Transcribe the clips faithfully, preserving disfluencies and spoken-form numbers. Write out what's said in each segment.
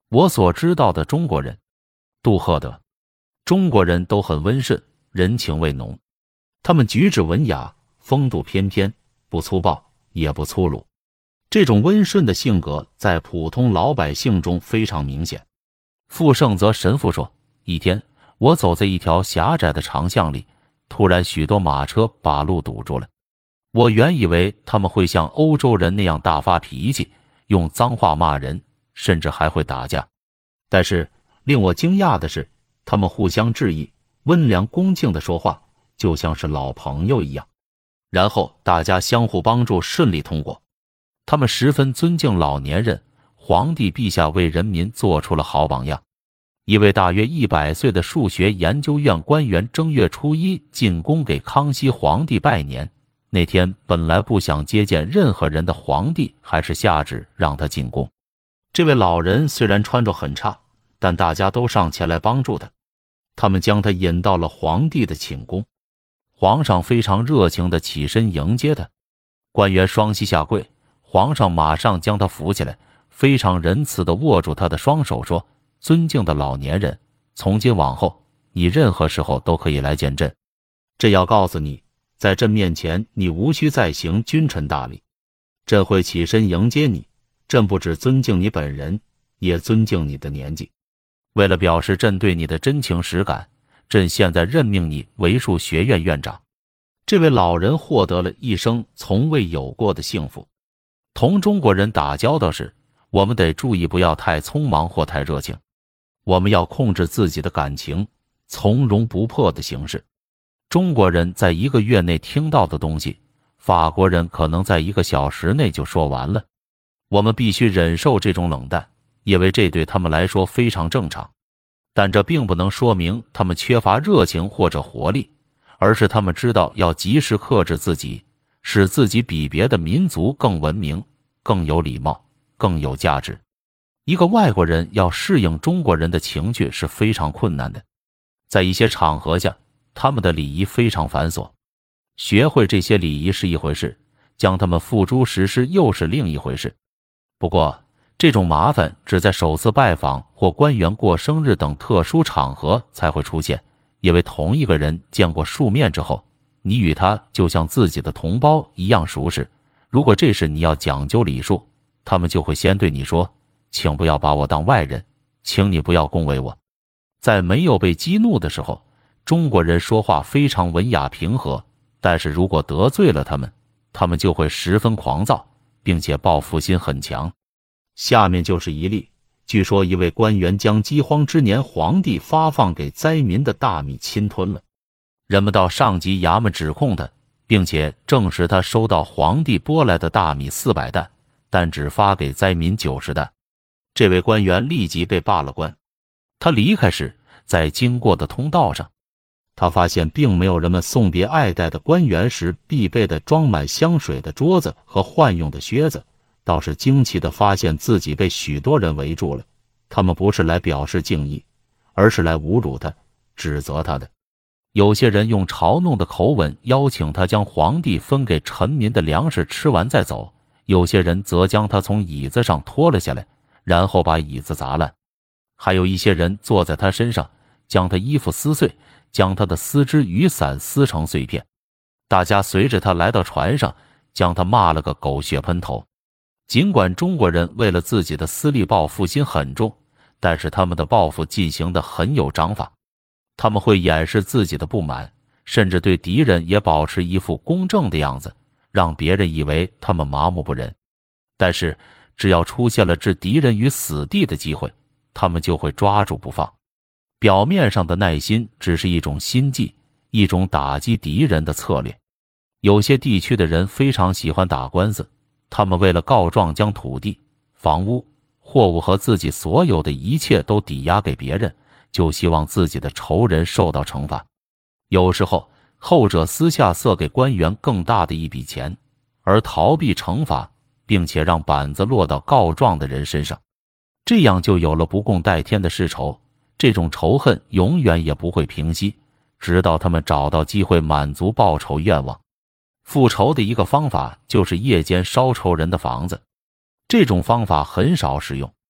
我所知道的中国人，杜赫德，中国人都很温顺，人情味浓，他们举止文雅，风度翩翩，不粗暴也不粗鲁。这种温顺的性格在普通老百姓中非常明显。傅盛泽神父说，一天我走在一条狭窄的长巷里，突然许多马车把路堵住了。我原以为他们会像欧洲人那样大发脾气，用脏话骂人，甚至还会打架。但是令我惊讶的是，他们互相致意，温良恭敬地说话，就像是老朋友一样。然后大家相互帮助，顺利通过。他们十分尊敬老年人，皇帝陛下为人民做出了好榜样。一位大约一百岁的数学研究院官员正月初一进宫给康熙皇帝拜年。那天本来不想接见任何人的皇帝还是下旨让他进宫。这位老人虽然穿着很差，但大家都上前来帮助他。他们将他引到了皇帝的寝宫。皇上非常热情地起身迎接他。官员双膝下跪，皇上马上将他扶起来，非常仁慈地握住他的双手说，尊敬的老年人，从今往后你任何时候都可以来见朕。朕要告诉你，在朕面前你无需再行君臣大礼，朕会起身迎接你。朕不只尊敬你本人，也尊敬你的年纪。为了表示朕对你的真情实感，朕现在任命你为数学院院长。这位老人获得了一生从未有过的幸福。同中国人打交道时，我们得注意不要太匆忙或太热情，我们要控制自己的感情，从容不迫地行事。中国人在一个月内听到的东西，法国人可能在一个小时内就说完了。我们必须忍受这种冷淡，因为这对他们来说非常正常。但这并不能说明他们缺乏热情或者活力，而是他们知道要及时克制自己，使自己比别的民族更文明、更有礼貌、更有价值。一个外国人要适应中国人的情趣是非常困难的。在一些场合下，他们的礼仪非常繁琐，学会这些礼仪是一回事，将它们付诸实施又是另一回事。不过，这种麻烦只在首次拜访或官员过生日等特殊场合才会出现，因为同一个人见过数面之后，你与他就像自己的同胞一样熟识。如果这时你要讲究礼数，他们就会先对你说，请不要把我当外人，请你不要恭维我。在没有被激怒的时候，中国人说话非常文雅平和，但是如果得罪了他们，他们就会十分狂躁，并且报复心很强。下面就是一例，据说一位官员将饥荒之年皇帝发放给灾民的大米侵吞了。人们到上级衙门指控他，并且证实他收到皇帝拨来的大米四百担，但只发给灾民九十担。这位官员立即被罢了官。他离开时，在经过的通道上，他发现并没有人们送别爱戴的官员时必备的装满香水的桌子和惯用的靴子，倒是惊奇地发现自己被许多人围住了。他们不是来表示敬意，而是来侮辱他、指责他的。有些人用嘲弄的口吻邀请他将皇帝分给臣民的粮食吃完再走，有些人则将他从椅子上拖了下来，然后把椅子砸烂。还有一些人坐在他身上，将他衣服撕碎，将他的丝织雨伞撕成碎片。大家随着他来到船上，将他骂了个狗血喷头。尽管中国人为了自己的私利报复心很重，但是他们的报复进行得很有章法。他们会掩饰自己的不满，甚至对敌人也保持一副公正的样子，让别人以为他们麻木不仁。但是只要出现了置敌人于死地的机会，他们就会抓住不放。表面上的耐心只是一种心计，一种打击敌人的策略。有些地区的人非常喜欢打官司，他们为了告状将土地、房屋、货物和自己所有的一切都抵押给别人，就希望自己的仇人受到惩罚。有时候后者私下塞给官员更大的一笔钱，而逃避惩罚，并且让板子落到告状的人身上，这样就有了不共戴天的世仇。这种仇恨永远也不会平息，直到他们找到机会满足报仇愿望。复仇的一个方法就是夜间烧仇人的房子，这种方法很少使用。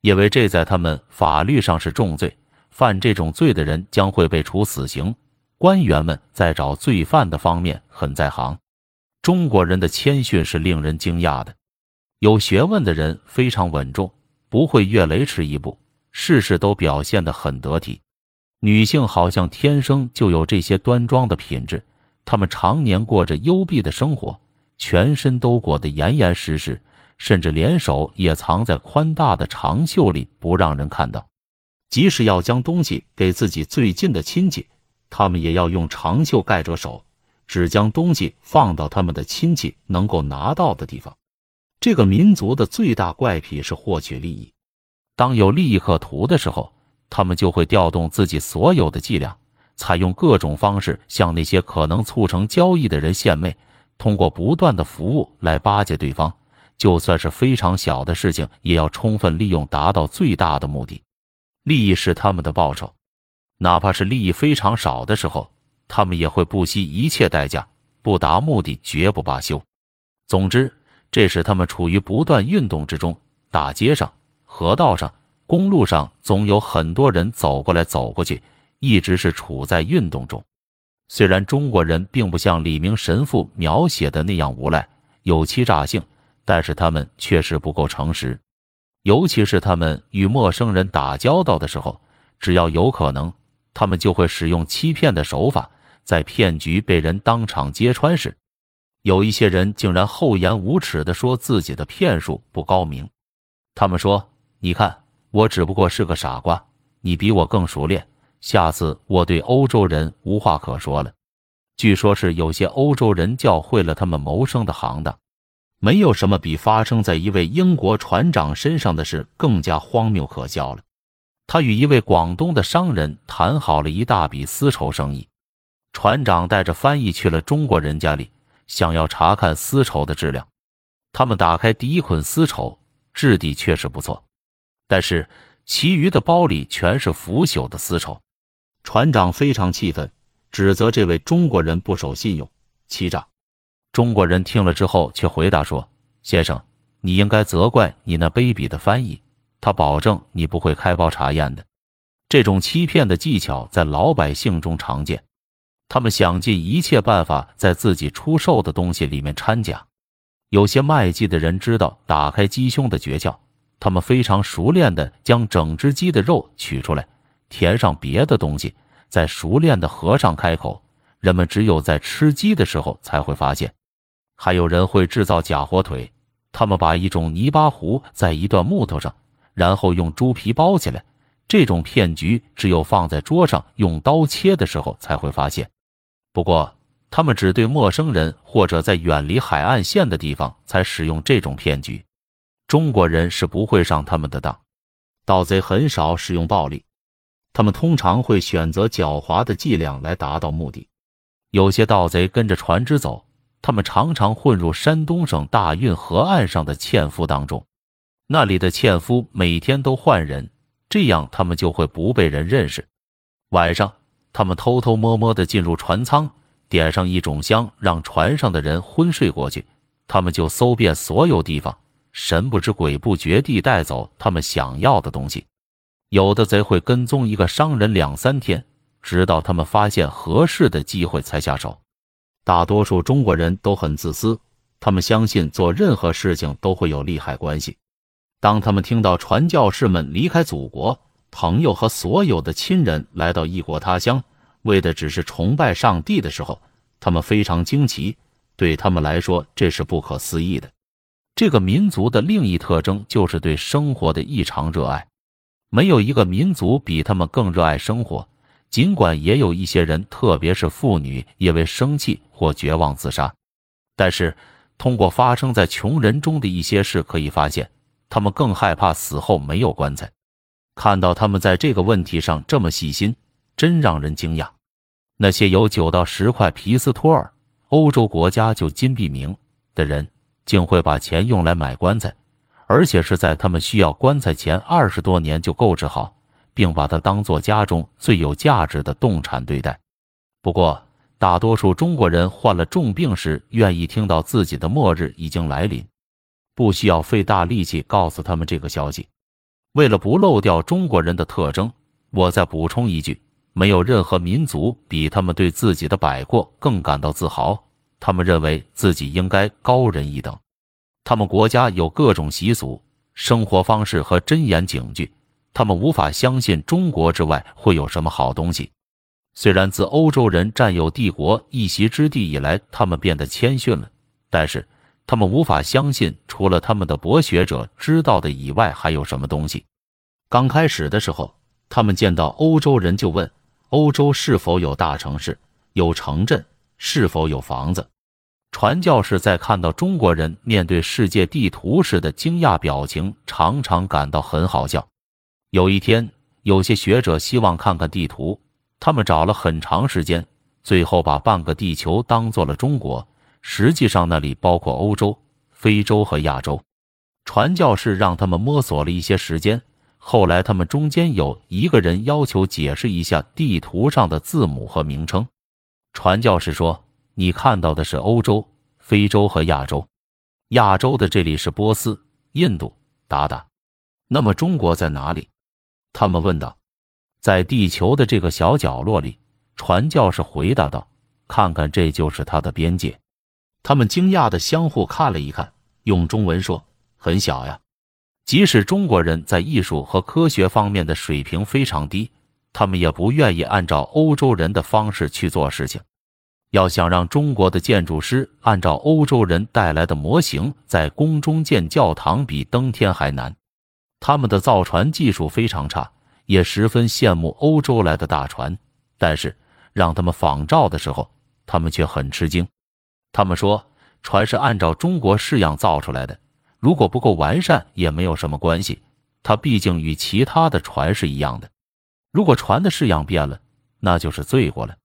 因为这在他们法律上是重罪，犯这种罪的人将会被处死刑。官员们在找罪犯的方面很在行。中国人的谦逊是令人惊讶的，有学问的人非常稳重，不会越雷池一步，事事都表现得很得体。女性好像天生就有这些端庄的品质，她们常年过着幽闭的生活，全身都裹得严严实实，甚至连手也藏在宽大的长袖里，不让人看到。即使要将东西给自己最近的亲戚，他们也要用长袖盖着手，只将东西放到他们的亲戚能够拿到的地方。这个民族的最大怪癖是获取利益，当有利益可图的时候，他们就会调动自己所有的伎俩，采用各种方式向那些可能促成交易的人献媚，通过不断的服务来巴结对方，就算是非常小的事情也要充分利用，达到最大的目的。利益是他们的报酬，哪怕是利益非常少的时候，他们也会不惜一切代价，不达目的绝不罢休。总之，这使他们处于不断运动之中，大街上、河道上、公路上总有很多人走过来走过去，一直是处在运动中。虽然中国人并不像李明神父描写的那样无赖、有欺诈性，但是他们确实不够诚实，尤其是他们与陌生人打交道的时候，只要有可能，他们就会使用欺骗的手法，在骗局被人当场揭穿时，有一些人竟然厚颜无耻地说自己的骗术不高明。他们说，你看，我只不过是个傻瓜，你比我更熟练，下次我对欧洲人无话可说了。据说是有些欧洲人教会了他们谋生的行当。没有什么比发生在一位英国船长身上的事更加荒谬可笑了。他与一位广东的商人谈好了一大笔丝绸生意，船长带着翻译去了中国人家里，想要查看丝绸的质量。他们打开第一捆丝绸，质地确实不错，但是其余的包里全是腐朽的丝绸。船长非常气愤，指责这位中国人不守信用，欺诈。中国人听了之后却回答说，先生，你应该责怪你那卑鄙的翻译，他保证你不会开包查验的。这种欺骗的技巧在老百姓中常见，他们想尽一切办法在自己出售的东西里面掺假。有些卖鸡的人知道打开鸡胸的诀窍，他们非常熟练地将整只鸡的肉取出来，填上别的东西，再熟练地合上开口，人们只有在吃鸡的时候才会发现。还有人会制造假火腿，他们把一种泥巴糊在一段木头上，然后用猪皮包起来，这种骗局只有放在桌上用刀切的时候才会发现。不过他们只对陌生人或者在远离海岸线的地方才使用这种骗局，中国人是不会上他们的当。盗贼很少使用暴力，他们通常会选择狡猾的伎俩来达到目的。有些盗贼跟着船只走，他们常常混入山东省大运河岸上的纤夫当中，那里的纤夫每天都换人，这样他们就会不被人认识。晚上，他们偷偷摸摸地进入船舱，点上一种香，让船上的人昏睡过去，他们就搜遍所有地方，神不知鬼不觉地带走他们想要的东西。有的贼会跟踪一个商人两三天，直到他们发现合适的机会才下手。大多数中国人都很自私，他们相信做任何事情都会有利害关系。当他们听到传教士们离开祖国，朋友和所有的亲人来到异国他乡，为的只是崇拜上帝的时候，他们非常惊奇，对他们来说这是不可思议的。这个民族的另一特征就是对生活的异常热爱，没有一个民族比他们更热爱生活。尽管也有一些人，特别是妇女，因为生气或绝望自杀，但是通过发生在穷人中的一些事可以发现，他们更害怕死后没有棺材。看到他们在这个问题上这么细心，真让人惊讶。那些有九到十块皮斯托尔，欧洲国家就金币名的人，竟会把钱用来买棺材，而且是在他们需要棺材前二十多年就购置好，并把它当作家中最有价值的动产对待。不过，大多数中国人患了重病时，愿意听到自己的末日已经来临，不需要费大力气告诉他们这个消息。 为了不漏掉中国人的特征，我再补充一句，没有任何民族比他们对自己的摆阔更感到自豪，他们认为自己应该高人一等。他们国家有各种习俗、生活方式和箴言警句，他们无法相信中国之外会有什么好东西。虽然自欧洲人占有帝国一席之地以来，他们变得谦逊了，但是他们无法相信除了他们的博学者知道的以外还有什么东西。刚开始的时候，他们见到欧洲人就问欧洲是否有大城市，有城镇，是否有房子。传教士在看到中国人面对世界地图时的惊讶表情，常常感到很好笑。有一天，有些学者希望看看地图，他们找了很长时间，最后把半个地球当做了中国，实际上那里包括欧洲、非洲和亚洲。传教士让他们摸索了一些时间，后来他们中间有一个人要求解释一下地图上的字母和名称。传教士说，你看到的是欧洲、非洲和亚洲，亚洲的这里是波斯、印度，答答。那么中国在哪里？他们问道。在地球的这个小角落里，传教士回答道，看看这就是它的边界。他们惊讶地相互看了一看，用中文说，很小呀。即使中国人在艺术和科学方面的水平非常低，他们也不愿意按照欧洲人的方式去做事情。要想让中国的建筑师按照欧洲人带来的模型在宫中建教堂，比登天还难。他们的造船技术非常差，也十分羡慕欧洲来的大船，但是让他们仿照的时候，他们却很吃惊。他们说，船是按照中国式样造出来的，如果不够完善也没有什么关系，它毕竟与其他的船是一样的。如果船的式样变了，那就是罪过了。